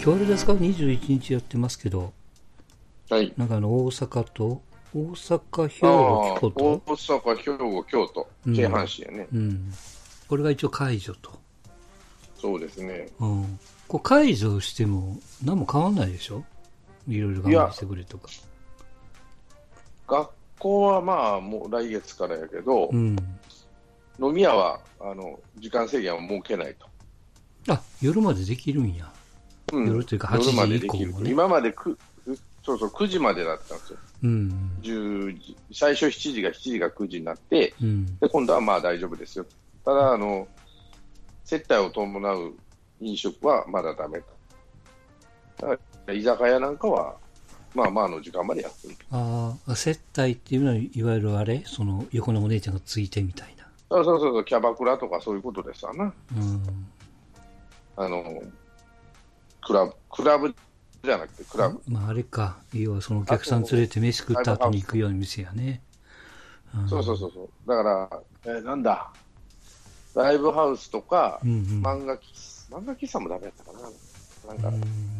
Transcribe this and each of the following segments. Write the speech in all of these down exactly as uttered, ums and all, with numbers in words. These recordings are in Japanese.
今日あれですか、にじゅういちにちやってますけど、 はい。 なんかあの大阪と、大阪、兵庫、 ああ、 京都、 大阪、兵庫、京都、 うん、 京阪神やね。 うん。これが一応解除と。 そうですね。 うん。こう解除しても何も変わんないでしょ、いろいろ我いや、 慢してくれとか。 学校はまあ、もう来月からやけど、 うん。 飲み屋は、あの、時間制限は設けないと。 あ、夜までできるんや。 うん。 夜というか8 夜ま時以でできる。 降もね。 今までく、そうそう、くじまでだったんですよ。 うん。 じゅうじ、最初しちじがしちじがくじになって、 うん。 で、今度はまあ大丈夫ですよ。ただ、あの、接待を伴う飲食はまだダメと。だから居酒屋なんかは、まあまあの時間までやってる。 ああ、接待っていうのは、いわゆるあれその横のお姉ちゃんがついてみたいな。 そうそうそうそう、キャバクラとかそういうことですわな。 うん。 あの、クラブ、クラブじゃなくてクラブ。 まああれか。要はそのお客さんあと、 連れて飯食った後に行くライブハウスとか。 ような店やね。うん。 そうそうそうそう。だから、えーなんだ、ライブハウスとか、 うんうん。 漫画喫、漫画喫茶もダメだったかな。なんか、 うん。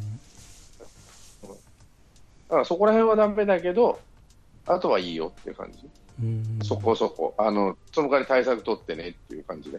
だからそこら辺はダメだけど、あとはいいよっていう感じ。 うん。 そこそこ。あの、その代わり対策取ってねっていう感じで。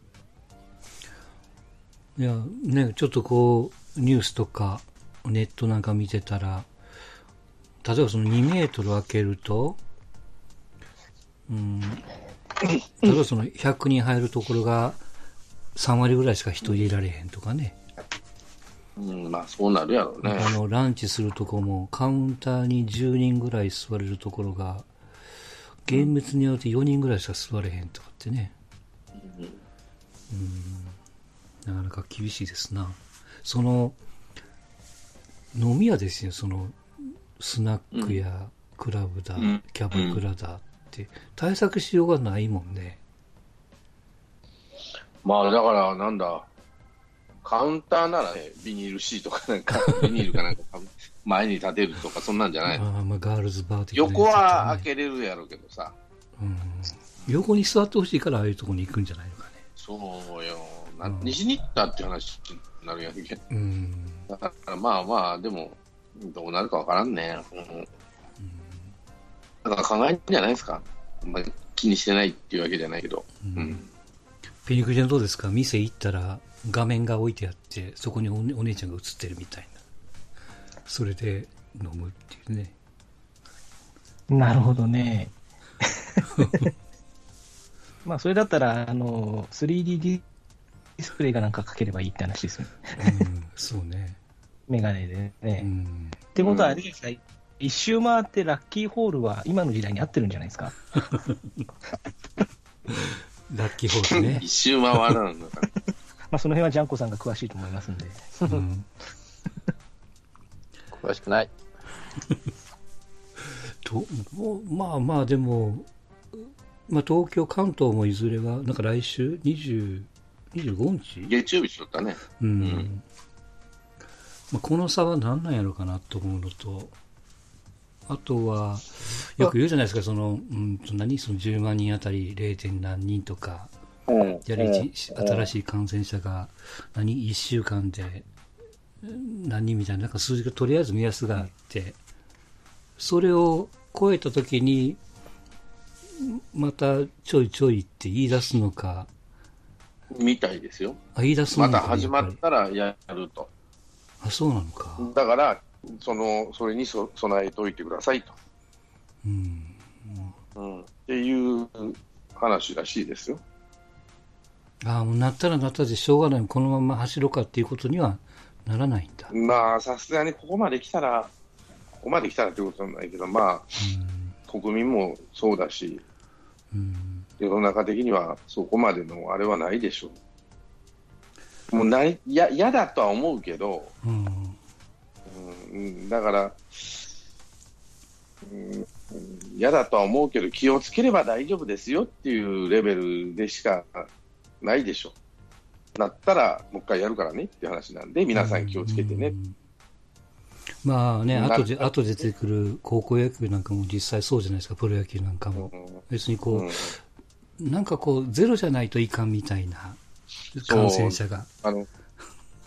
いや、ね、ちょっとこう、ニュースとか、ネットなんか見てたら、例えばそのにメートル開けると、うん、例えばそのひゃくにん入るところがさん割ぐらいしか人入れられへんとかね。 うん、まあそうなるやろうね。 あの、ランチするとこもカウンターにじゅうにんぐらい座れるところが、厳密によってよにんぐらいしか座れへんとかってね。うん、なかなか厳しいですな。その、飲み屋ですよ、その、スナックやクラブだ、 うん、 キャうん。 バクラだって、対策しようがないもんね。 まあだからなんだ、カウンターならね、ビニールシートかなんか、ビニールかなんか前に立てるとかそんなんじゃないの。 ああ、まあ、ガールズバー的な横やつだったらね。 は開けれるやろうけどさ。 うん。横に座ってほしいから、ああいうとこに行くんじゃないのかね。 そうよ。なうん。 西に行ったって話になるやんけ。 うん。 だからまあまあ、でも、どうなるかわからんね。うん。だから考えるんじゃないですか。まあ、気にしてないっていうわけじゃないけど。うん。 ペニクジェンどうですか、店行ったら画面が置いてあって、そこにお,、ね、お姉ちゃんが映ってるみたいな。それで飲むっていうね。 なるほどね。まあ、それだったら、あの、スリーディー ディスプレイがなんかかければいいって話ですよね。 うん、そうね。 メガネでうね。 ん。 ってことは、あうん。 れですか、一周回ってラッキーホールは今の時代に合ってるんじゃないですか。 ラッキーホールね。 一周回らんのかな。 まあ、その辺はジャンコさんが詳しいと思いますんで。 うん。 詳しくない。 と、まあまあでも、まあ東京、関東もいずれは、なんか来週にじゅう、にじゅうごにち月曜日だったね。 うん。 うん。 まあ、この差は何なんやろうかなと思うのと、あとは、よく言うじゃないですか、その、うんと何、そのじゅうまんにんあたり ゼロ. 点何人とか、 うん。 やはり新しい感染者が、何、いっしゅうかんで何人みたいな、なんか数字がとりあえず目安があって、それを超えたときに、またちょいちょいって言い出すのか、 みたいですよ。 あ、言い出すまのか、 た始まやっぱり。 ったらやると。 あ、そうなのか。 だから、その、それにそ備えておいてくださいと。 うん。 うん。っていう話らしいですよ。 ああ、もうなったらなったでしょうがない。このまま走ろうかっていうことにはならないんだ。 まあ、さすがにここまで来たら、ここまで来たらってことはないけど、まあ、国民もそうだし、 うん。 世の中的にはそこまでのあれはないでしょう。もうない、や、嫌だとは思うけど、 うん。 うん、だから、うん、嫌だとは思うけど、気をつければ大丈夫ですよっていうレベルでしかないでしょう。なったら、もう一回やるからねっていう話なんで、皆さん気をつけてね。 うん、まあね、 な後で、後で出てくる高校野球なんかも実際そうじゃないですか、プロ野球なんかも。 うん、 別にこう、 うん、 なんかこう、ゼロじゃないといかんみたいな感染者が。 あの、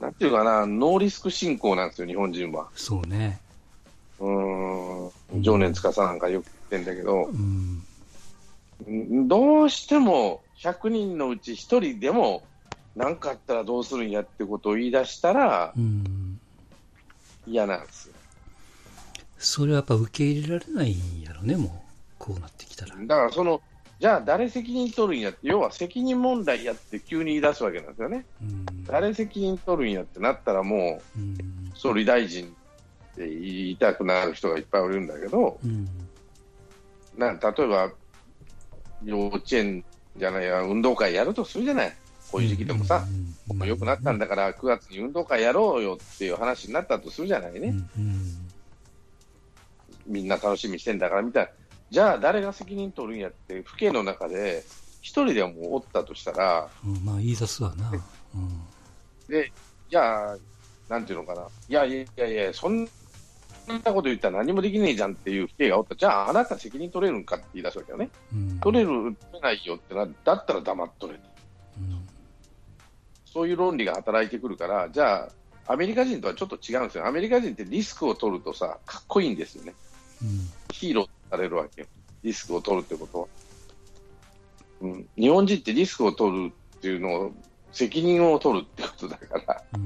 なんていうかな、ノーリスク信仰なんですよ、日本人は。 そうね。 うーん、常年司なんかよく言ってんだけど、 うん、 どうしてもひゃくにんのうちひとりでも何かあったらどうするんやってことを言い出したら嫌なんですよ。 それはやっぱ受け入れられないんやろね、もうこうなってきたら。 だからそのじゃあ誰責任取るんやって、要は責任問題やって急に言い出すわけなんですよね。うん、誰責任取るんやってなったらもう、うん、総理大臣って言いたくなる人がいっぱいいるんだけど、うん、な例えば幼稚園じゃないや運動会やるとするじゃない、こういう時期でもさ、うんうん、良くなったんだからくがつに運動会やろうよっていう話になったとするじゃないね、うんうん、みんな楽しみにしてんだからみたいな。じゃあ誰が責任取るんやって府警の中で一人でもおったとしたら、 うん、まあ言い出すわな、うん、 でじゃあなんていうのかな、いやいやいやそんなこと言ったら何もできねえじゃんっていう府警がおったら、じゃああなた責任取れるんかって言い出すわけよね、うん、取れる取れないよってな、だったら黙っとれと、うん、そういう論理が働いてくるから、じゃあアメリカ人とはちょっと違うんですよ。アメリカ人ってリスクを取るとさかっこいいんですよね、うん、ヒーローされるわけよ、リスクを取るってことは、うん、日本人ってリスクを取るっていうのを責任を取るってことだから、うん、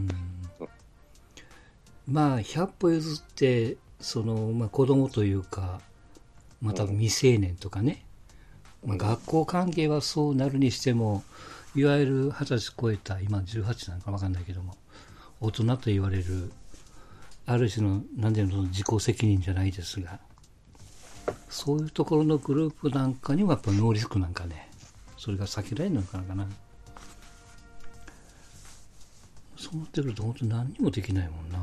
まあひゃっぽ譲ってその、まあ、子供というかまた未成年とかね、うん、まあ、学校関係はそうなるにしても、いわゆるはたち超えた今じゅうはちなんか分かんないけども大人と言われるある種の何ていうの自己責任じゃないですが、そういうところのグループなんかにはやっぱノーリスクなんかね、それが避けられるのかな。そうなってくると本当に何にもできないもんな。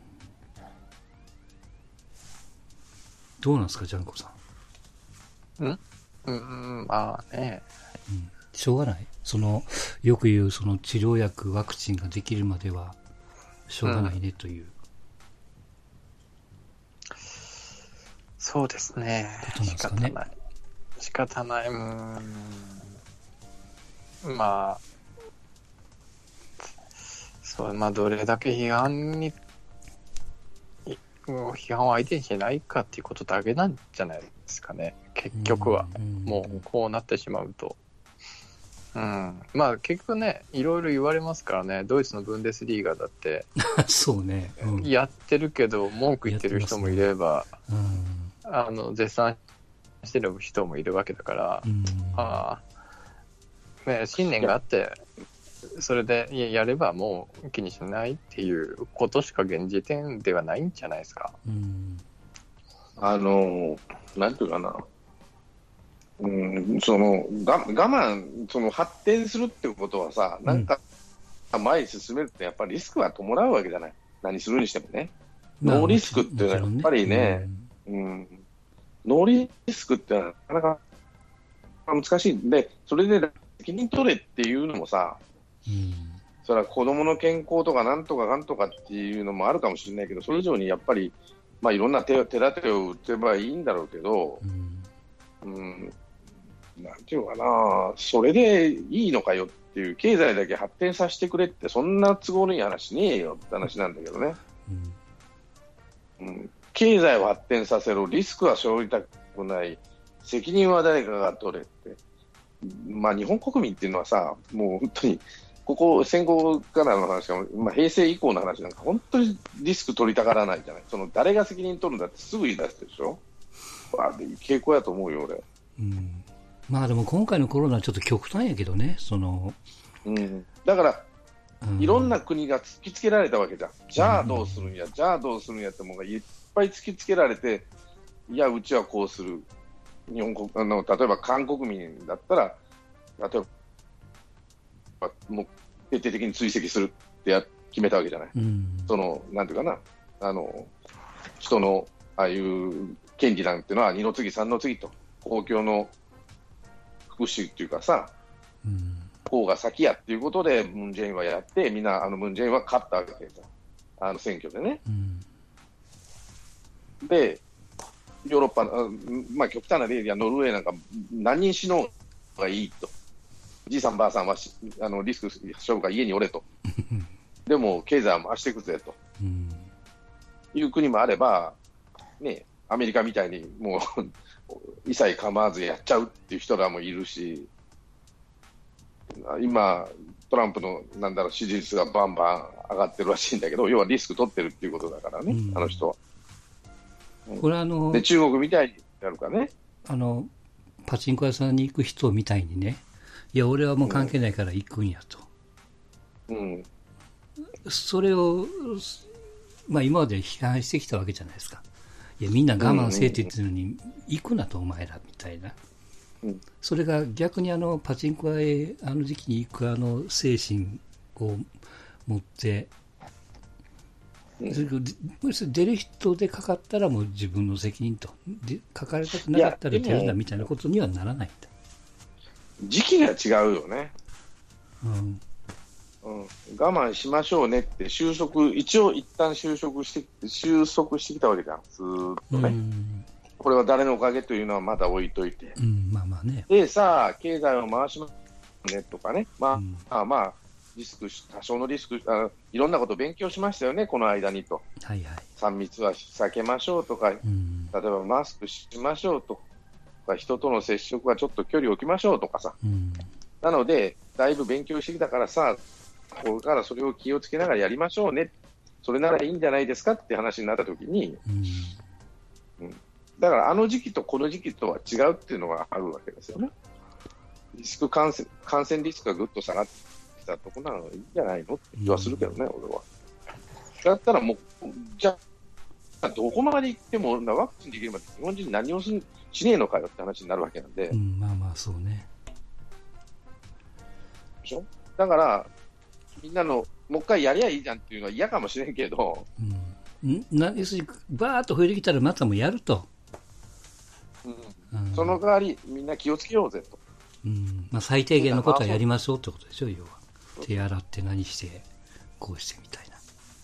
どうなんですか、ジャンコさんうんうんまあね、 うん、しょうがない。そのよく言うその治療薬ワクチンができるまではしょうがないねという、うん、 そうですね。仕方ない。仕方ない。うーん。まあ、そう、まあ、どれだけ批判に、批判を相手にしないかっていうことだけなんじゃないですかね。結局は。もう、こうなってしまうと。うん。まあ、結局ね、いろいろ言われますからね。ドイツのブンデスリーガだって。 そうね、 うん。やってるけど、文句言ってる人もいれば、あの絶賛してる人もいるわけだから、うん、あね、信念があってそれでやればもう気にしないっていうことしか現時点ではないんじゃないですか。 うん、あのなんていうかな、うん、そのが我慢その発展するってことはさ、なんか前に進めるってやっぱりリスクは伴うわけじゃない。何するにしてもね、ノーリスクっていうのはやっぱりね、うん、ノーリスクってなかなか難しいんで、それで責任取れっていうのもさ、うん、それは子どもの健康とかなんとかなんとかっていうのもあるかもしれないけど、それ以上にやっぱり、まあ、いろんな手、手立てを打てばいいんだろうけど、うんうん、なんていうかな、それでいいのかよっていう、経済だけ発展させてくれって、そんな都合のいい話ねえよって話なんだけどね。うんうん、経済を発展させろ、リスクは背負いたくない、責任は誰かが取れって、まあ、日本国民っていうのはさ、もう本当にここ戦後からの話が、まあ、平成以降の話なんか本当にリスク取りたがらないじゃない。その誰が責任取るんだってすぐ言い出すでしょ。あれ傾向やと思うよ俺。 うん、まあでも今回のコロナはちょっと極端やけどね、その、 うん、だから、うん、いろんな国が突きつけられたわけじゃん。じゃあどうするんや、うん、じゃあどうするんやってものがいっぱい突きつけられて、いやうちはこうする。日本国あの例えば韓国民だったら、例えばもう徹底的に追跡するってや決めたわけじゃない。うん、そのなんていうかな、あの人のああいう権利なんていうのは二の次三の次と公共の福祉っていうかさ、うん、方が先やっていうことでムン・ジェインはやって、みんなあのムン・ジェインは勝ったわけですよ、あの選挙でね。うん、でヨーロッパ、まあ、極端な例ではノルウェーなんか何人死のうがいいと、じいさんばあさんはあのリスクしようが家におれとでも経済を回していくぜと、 うん、 いう国もあれば、ね、アメリカみたいにもう一切構わずやっちゃうっていう人らもいるし、今、トランプのなんだろう支持率がバンバン上がってるらしいんだけど、要はリスク取ってるっていうことだからね、うん、あの人は。 これあので中国みたいにやるかね。 あのパチンコ屋さんに行く人みたいにね、いや、俺はもう関係ないから行くんやと。 うん。 それを、まあ今まで批判してきたわけじゃないですか。いや、みんな我慢せえって言ってるのに、行くなとお前らみたいな。うん、それが逆にあのパチンコ屋へあの時期に行くあの精神を持って、うん、それ出る人でかかったらもう自分の責任と、でかかりたくなかったら出るなみたいなことにはならないんだ。 時期が違うよね、 うんうん、我慢しましょうねって収束、一応一旦収束して収束してきたわけじゃん、ずーっとね、うん、これは誰のおかげというのはまだ置いといて、 うん、まあまあね、 でさあ経済を回しますねとかね、まあ、うん、まあまあリスク多少のリスクあいろんなことを勉強しましたよね、この間にと、 はいはい、 さん密は避けましょうとか、うん、例えばマスクしましょうとか、人との接触はちょっと距離を置きましょうとかさ、うん、なのでだいぶ勉強してきたからさ、これからそれを気をつけながらやりましょうね、それならいいんじゃないですかって話になったときに、うんうん、だからあの時期とこの時期とは違うっていうのがあるわけですよね。リスク感染、感染リスクがぐっと下がってきたところなのいいんじゃないのって気はするけどね、うん、俺は。だったらもう、じゃあ、どこまで行ってもワクチンできれば日本人何をしねえのかよって話になるわけなんで、 うん、まあまあそうね。 でしょ？だからみんなのもう一回やりゃいいじゃんっていうのは嫌かもしれんけど、 うん、な要するにバーッと増えてきたらまたもやると、 うんうん、その代わりみんな気をつけようぜと、 うんまあ、最低限のことはやりましょうってことでしょ、要は手洗って何してこうしてみたいな。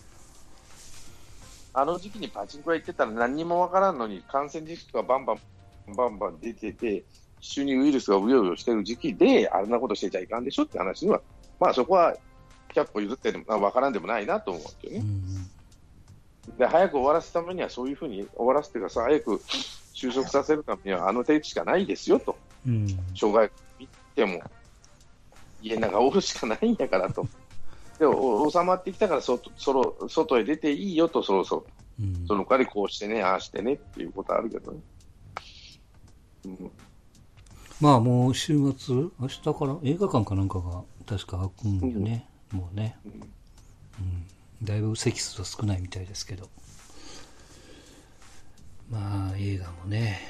あの時期にパチンコ屋行ってたら何にもわからんのに感染リスクがバンバンバンバン出てて、一緒にウイルスがうようよしてる時期であんなことしてちゃいかんでしょって話には、まあそこはひゃっぽ譲ってでもわからんでもないなと思うわけよね、うん、で早く終わらせるためにはそういうふうに終わらせてください、早く収束させるためにはあの手しかないですよと、うん、障害見ても家の中おるしかないんやからと、で収まってきたからそそろ外へ出ていいよと、そろそろ、うん、その代わりこうしてねああしてねっていうことあるけどね、うん、まあもう週末明日から映画館かなんかが確か開くんよね、うん、もうね、うんうん、だいぶ席数は少ないみたいですけど、まあ映画もね、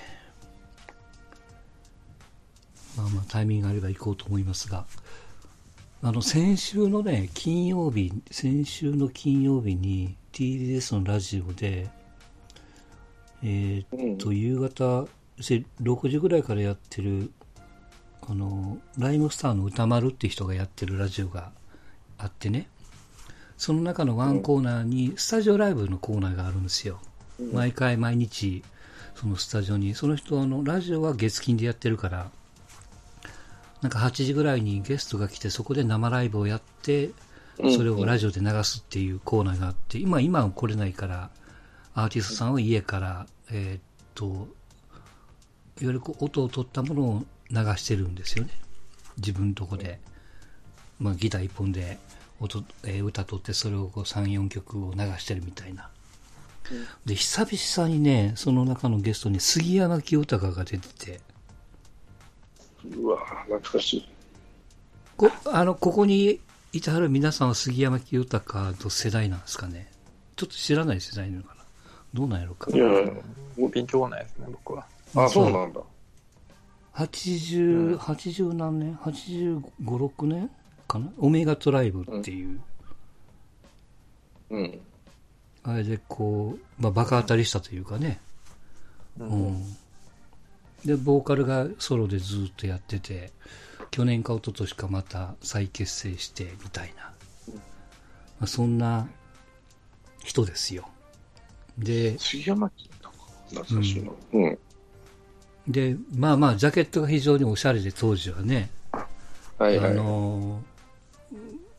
まあまあタイミングがあれば行こうと思いますが、あの先週のね金曜日先週の金曜日に ティービーエス のラジオでえー、っと、うん、夕方ろくじぐらいからやってるあのライムスターの歌丸って人がやってるラジオがあってね、その中のワンコーナーにスタジオライブのコーナーがあるんですよ、うん、毎回毎日そのスタジオに、その人のラジオは月金でやってるからなんかはちじぐらいにゲストが来てそこで生ライブをやってそれをラジオで流すっていうコーナーがあって、今今は来れないからアーティストさんを家からえー、っといわゆるこう音を取ったものを流してるんですよね、自分のとこで、まあ、ギター一本で音、えー、歌取ってそれをこうさん、よんきょくを流してるみたいな、で久々にねその中のゲストに杉山清隆が出てて、 うわ懐かしい。 こあのここにいてはる皆さんは杉山清隆と世代なんですかね、ちょっと知らない世代なのかな、どうなんやろうか。 いや勉強はないですね僕は。 あ、そうなんだ。 はちじゅう、うん、はちじゅう何年 ?はちじゅうご、ろくねんかな、オメガトライブっていう、 うん、 あれでこう、まあ、バカ当たりしたというかね、うんうん、でボーカルがソロでずっとやってて、去年か一昨年かまた再結成してみたいな、まあ、そんな人ですよ。で杉山懐かしいな、うんうん、 でまあまあジャケットが非常におしゃれで当時はね、 はいはい、 あの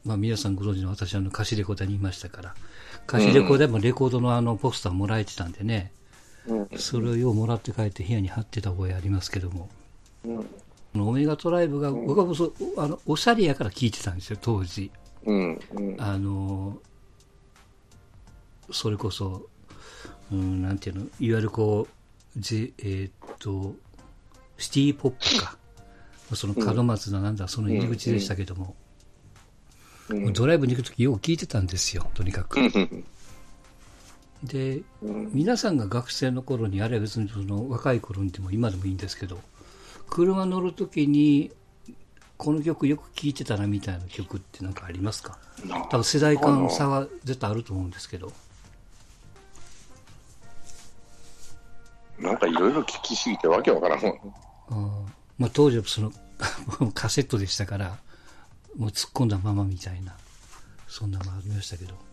まあ皆さんご存知の私あの貸しレコーダーにいましたから、貸しレコーダーもレコードのあのポスターもらえてたんでね、うん、それをようもらって帰って部屋に貼ってた覚えありますけども、うん、オメガトライブが、僕はもそあのおしゃれやから聞いてたんですよ、当時。うんうん、あの、それこそ、うん、なんていうの、いわゆるこう、じえー、っと、シティポップか。その門松だなんだ、その入り口でしたけども、うんうん、ドライブに行くときよく聞いてたんですよ、とにかく。で、皆さんが学生の頃に、あれは別にその若い頃にでも今でもいいんですけど、車乗るときに、この曲よく聴いてたなみたいな曲って何かありますか？多分世代間差は絶対あると思うんですけど。 なんかいろいろ聞きすぎてわけわからんもん。 あ、まあ、当時はそのカセットでしたから、もう突っ込んだままみたいな、そんなのもありましたけど。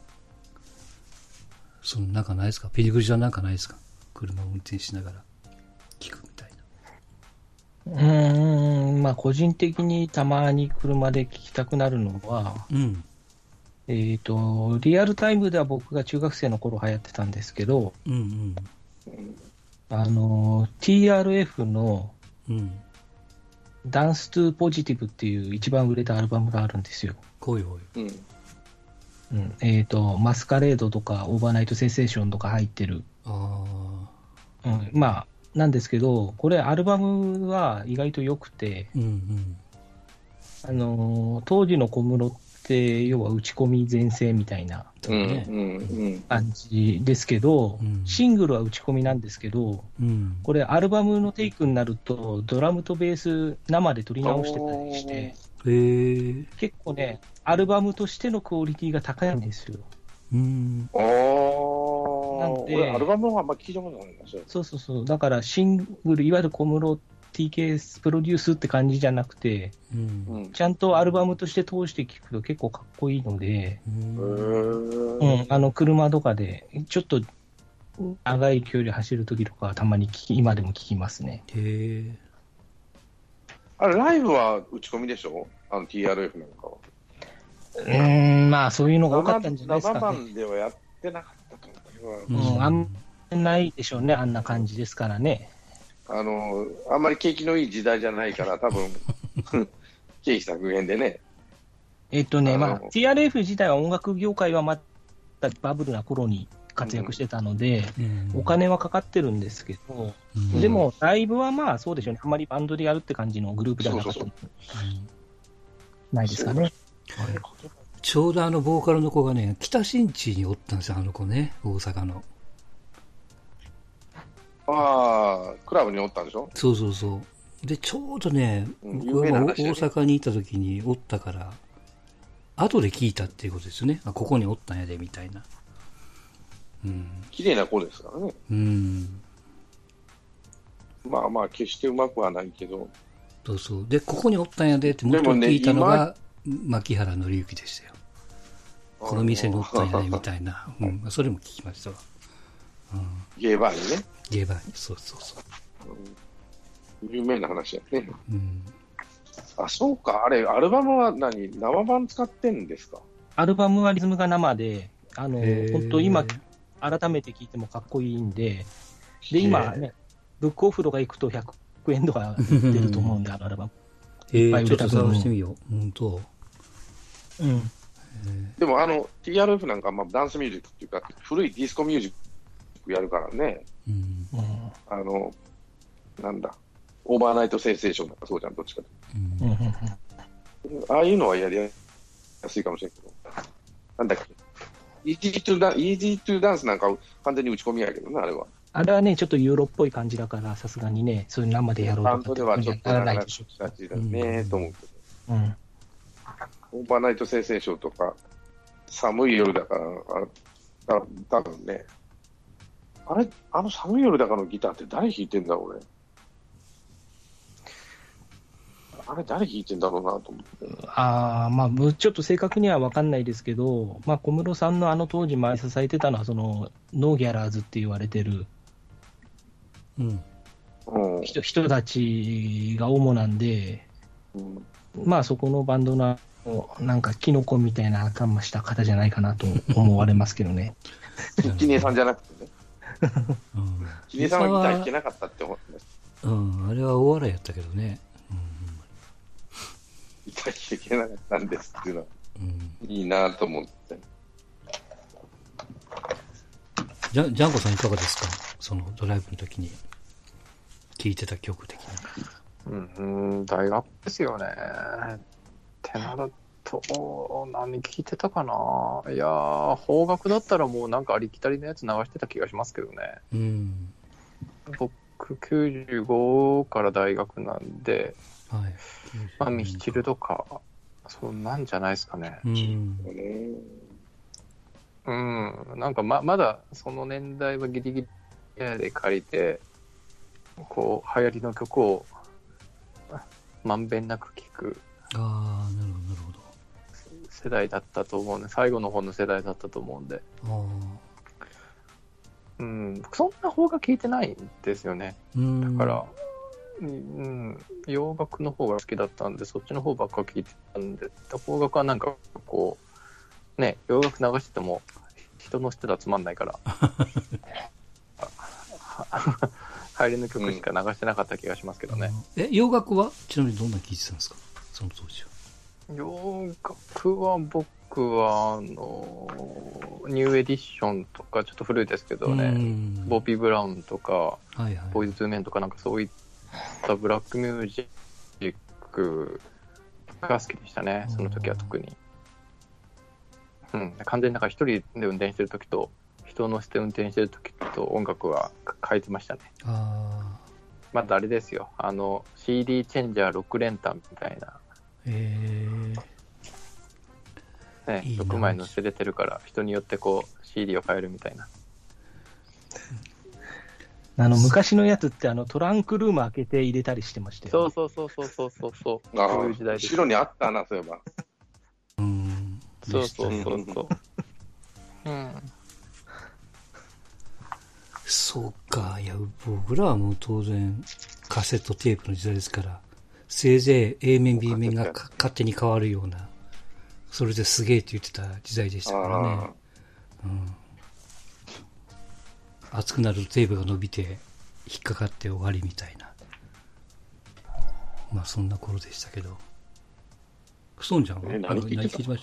そのなんかないですか？ペリグリじゃなんかないですか？車を運転しながら聴くみたいな。 うーん、まあ個人的にたまに車で聴きたくなるのは、うん、えっと、リアルタイムでは僕が中学生の頃流行ってたんですけど、うんうん、あの、ティーアールエフ の、うん、ダンストゥーポジティブっていう一番売れたアルバムがあるんですよ。 ほいほい。 うんうん、えっと、マスカレードとかオーバーナイトセンセーションとか入ってる。あ、うん、まあ、なんですけど、これアルバムは意外と良くて、うんうん、あのー、当時の小室って要は打ち込み全盛みたいな感じですけど、うんうん、シングルは打ち込みなんですけど、うん、これアルバムのテイクになるとドラムとベース生で撮り直してたりして、へー、結構ね、アルバムとしてのクオリティが高いんですよ。うん、あなんで、アルバムはあんま聞いたことないんですよ。 そうそうそう。だからシングル、いわゆる小室 ティーケー プロデュースって感じじゃなくて、うん、ちゃんとアルバムとして通して聞くと結構かっこいいので、うん、うん、あの車とかでちょっと長い距離走るときとかはたまに聞き、今でも聞きますね。へー。 あれ、ライブは打ち込みでしょ？あの ティーアールエフ なんかは。 うーん、まあそういうのが多かったんじゃないですかね。 生版ではやってなかったと思う。 うん、あんまないでしょうね、あんな感じですからね。 あの、あんまり景気のいい時代じゃないから、多分経費削減でね。 えっとね、あまあ、ティーアールエフ 自体は音楽業界はまたバブルな頃に活躍してたので、うん、お金はかかってるんですけど、うん、でもライブはまあそうでしょうね、あまりバンドでやるって感じのグループじゃなかったないですかね。 ちょうどあのボーカルの子がね、北新地におったんですよ、あの子ね、大阪の。 ああ、クラブにおったんでしょ？ そうそうそう。で、ちょうどね、うん、僕は大阪にいた時におったから、後で聞いたっていうことですね。あ、ここにおったんやで、みたいな。 うん。綺麗な子ですからね。うん。まあまあ、決してうまくはないけど。 そうそう。で、ここにおったんやでってもっと聞いたのが、牧原紀之でしたよ。この店におったんやね、みたいな。うん。それも聞きましたわ。 うん、ゲーバーにね。 ゲーバーに、そうそうそう。 うん、有名な話やね。うん。あ、そうか。あれ、アルバムは何？生版使ってんですか？ アルバムはリズムが生で、あの、本当今、改めて聴いてもかっこいいんで、で、今ね、ブックオフとか行くとひゃくえんとか出ると思うんで、あのアルバム。 えー、ちょっと探してみよう。本当。 うん。でも、あの、ティーアールエフ なんか、まあ、ダンスミュージックっていうか、古いディスコミュージックやるからね。うん。あの、なんだ、オーバーナイトセンセーションとかそうじゃん、どっちかと。うん。ああいうのはやりやすいかもしれんけど。なんだっけ。イージートゥダン、イージートゥダンスなんか完全に打ち込みやけどね、あれは。 あれはね、ちょっとユーロっぽい感じだから、さすがにね、そういう生でやろうとか。バンドではちょっとならないでしょ。だね、と思うけど。うん。オーバーナイトセンセーションとか、寒い夜だから、あ多分ね、あれ、あの寒い夜だからのギターって誰弾いてんだろうね。あれ誰弾いてんだろうなと思って。 ああ、まあ、ちょっと正確には分かんないですけど、まあ、小室さんのあの当時前支えてたのは、その、ノーギャラーズって言われてる、うん、人, 人たちが主なんで、うん、まあ、そこのバンドのなんかキノコみたいな頭した方じゃないかなと思われますけどね。 キネさんじゃなくてね。うん、キネさんはギター弾けなかったって思ってました。 うん、あれは大笑いやったけどね。うん、 ギター弾けなかったんですっていうのは、うん、いいなと思って。 ジャ、ジャンコさんいかがですか？そのドライブの時に聴いてた曲的な。 うん、うん、大学ですよね。ってなると、何聴いてたかな。いやー、邦楽だったらもうなんかありきたりのやつ流してた気がしますけどね。 うん。 僕、きゅうじゅうごから大学なんで、 はい。 まあ、ミスチルとか、そんなんじゃないですかね。 うん。 うん、なんか ま, まだその年代はギリギリで借りて、こう流行りの曲をまんべんなく聴くああ、なるほど、なるほど。 世代だったと思うんで、最後の方の世代だったと思うんで、 あうん、そんな方が聴いてないんですよね。 うんだから、うん、洋楽の方が好きだったんで、そっちの方ばっか聴いてたんで、邦楽はなんかこう、ね、洋楽流してても人のしてたらつまんないから入りの曲しか流してなかった気がしますけどね。 うん、え洋楽はちなみにどんな聴いてたんですか、その当時は。 洋楽は僕はあのニューエディションとかちょっと古いですけどね、ボビー・ブラウンとか、 はいはい、 ボーイズ・トゥー・メンとかなんかそういったブラックミュージックが好きでしたね、その時は特に。うん、完全になんか一人で運転してる時と人を乗せて運転してる時と音楽は変えてましたね。 あまだあれですよ、あの シーディー チェンジャーろく連単みたいな、 えーね、いいろくまい乗せれてるから人によってこう シーディー を変えるみたいな。 あの昔のやつってあのトランクルーム開けて入れたりしてましたよ、 ね、そうそうそうそうそうそう、 そういう時代です。後ろにあったな、そういえば。 うんそうそうそうそう。うん。 そうか、いや、僕らはもう当然カセットテープの時代ですから、せいぜい A 面 B 面が勝手に変わるような、それですげえって言ってた時代でしたからね。うん。熱くなるとテープが伸びて引っかかって終わりみたいな。まあそんな頃でしたけど。クソンちゃんは何聞いてました？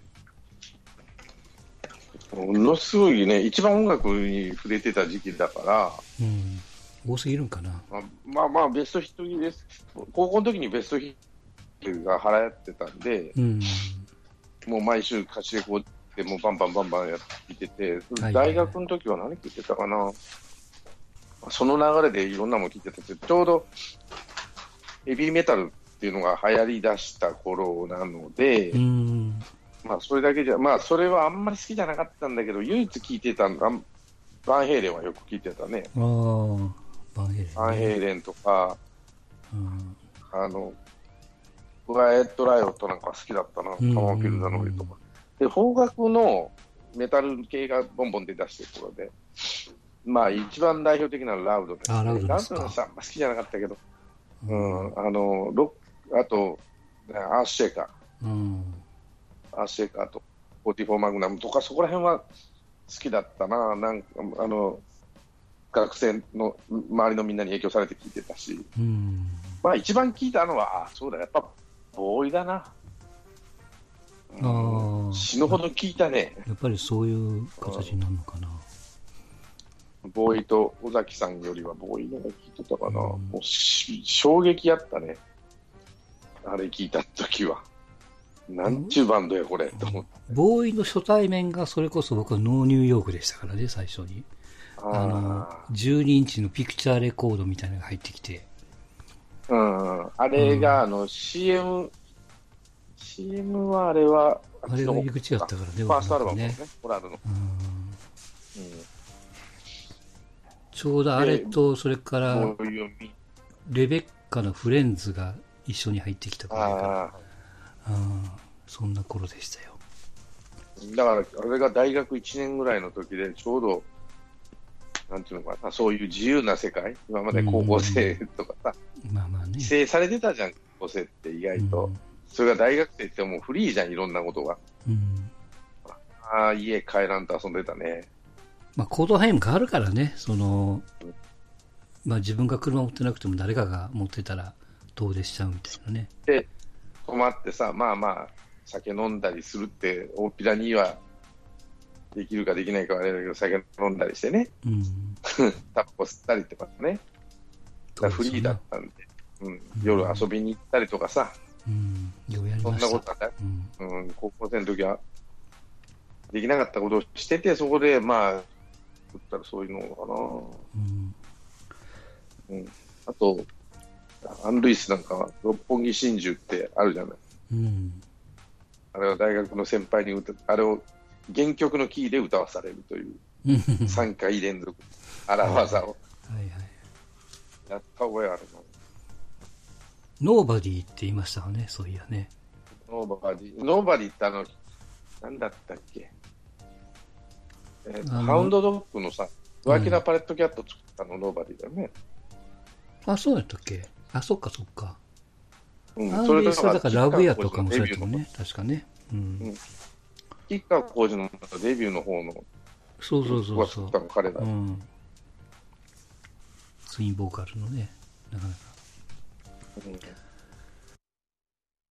ものすごいね、一番音楽に触れてた時期だから、 うん、多すぎるんかな。 まあまあ、まあ、ベストヒットです。高校の時にベストヒットが流行ってたんで、うん、もう毎週貸しレコでもうバンバンバンバンやっていてて、はいはいはい、大学の時は何聴いてたかな、その流れでいろんなもの聴いてたけど、ちょうどヘビーメタルっていうのが流行り出した頃なので、 うんまあ、それだけじゃ、まあ、それはあんまり好きじゃなかったんだけど、唯一聴いてたのが、バンヘイレンはよく聴いてたね。 ああ、バンヘイレン、ね。 バンヘイレンとか、 うん、 あの、クワイエット・ライオットなんか好きだったな、カモン・キル・ザ・ノイとか。で、邦楽のメタル系がボンボン出だしてるところで、まあ、一番代表的なのはラウドですね。 あ、ラウドですか。 ラウドのさ、あんま好きじゃなかったけど、うん、うん、あの、ロック、あと、アースシェイカー。 うんアーシェイカーとフォーティーフォーマグナムとかそこら辺は好きだったな。なんかあの学生の周りのみんなに影響されて聞いてたし、 うん、 まあ一番聞いたのはあそうだやっぱボーイだな。 あ死ぬほど聞いたね。 やっぱりそういう形になるのかな。 ボーイと尾崎さんよりはボーイのが聞いてたかな。うん、もう衝撃やったね。あれ聞いた時は。なんちゅうバンドやこれ、と思って。 ボーイの初対面がそれこそ僕はノーニューヨークでしたからね、最初に。あの、じゅうにインチのピクチャーレコードみたいなのが入ってきて。 うん、あれが、あの、シーエム、シーエム はあれは、 あれが入り口だったからね、 ファーストアルバムね、ホラーの。うん、 ちょうどあれと、それから、レベッカのフレンズが一緒に入ってきたから。あそんな頃でしたよ。 だからあれが大学いちねんぐらいの時でちょうどなんていうのかな、そういう自由な世界、今まで高校生とかさ、 まあまあね、 規制されてたじゃん、高校生って意外と、 それが大学生ってもうフリーじゃん、いろんなことが。 うん。 ああ、家帰らんと遊んでたね。 まあ、行動範囲も変わるからね、その、まあ自分が車持ってなくても誰かが持ってたら遠出しちゃうみたいなね。 で、泊まってさ、まあまあ、酒飲んだりするって、大っぴらにはできるかできないかはあれだけど、酒飲んだりしてね。 うん。 タバコ吸ったりとかね。だフリーだったんで、うん、夜遊びに行ったりとかさ。 うん。ようやりそんました。 なことはね、 うん。 うん、高校生の時はできなかったことをしてて、そこでまあ、だったらそういうのかな。 うんうん、あと、アン・ルイスなんかは、六本木真珠ってあるじゃない。 うん。 あれは大学の先輩に歌あれを原曲のキーで歌わされるというさんかい連続荒技をはいはい。 やった覚えあるノーバディって言いましたよね、そういやね。 の。ノーバディ、ノーバディってあの、なんだったっけ、えー、ハウンドドッグのさ、浮気なパレットキャット作ったの、うん、ノーバディだよね。 あ、そうやったっけ。あ、そっかそっか。 うん、 アン・ルイスはだからラブヤとかもそうやったもんね、確かね。うん。 吉川晃司のデビューの方の、 そうそうそうそう。 作ったの彼だ。 うん。ツインボーカルのね、なかなか。 うん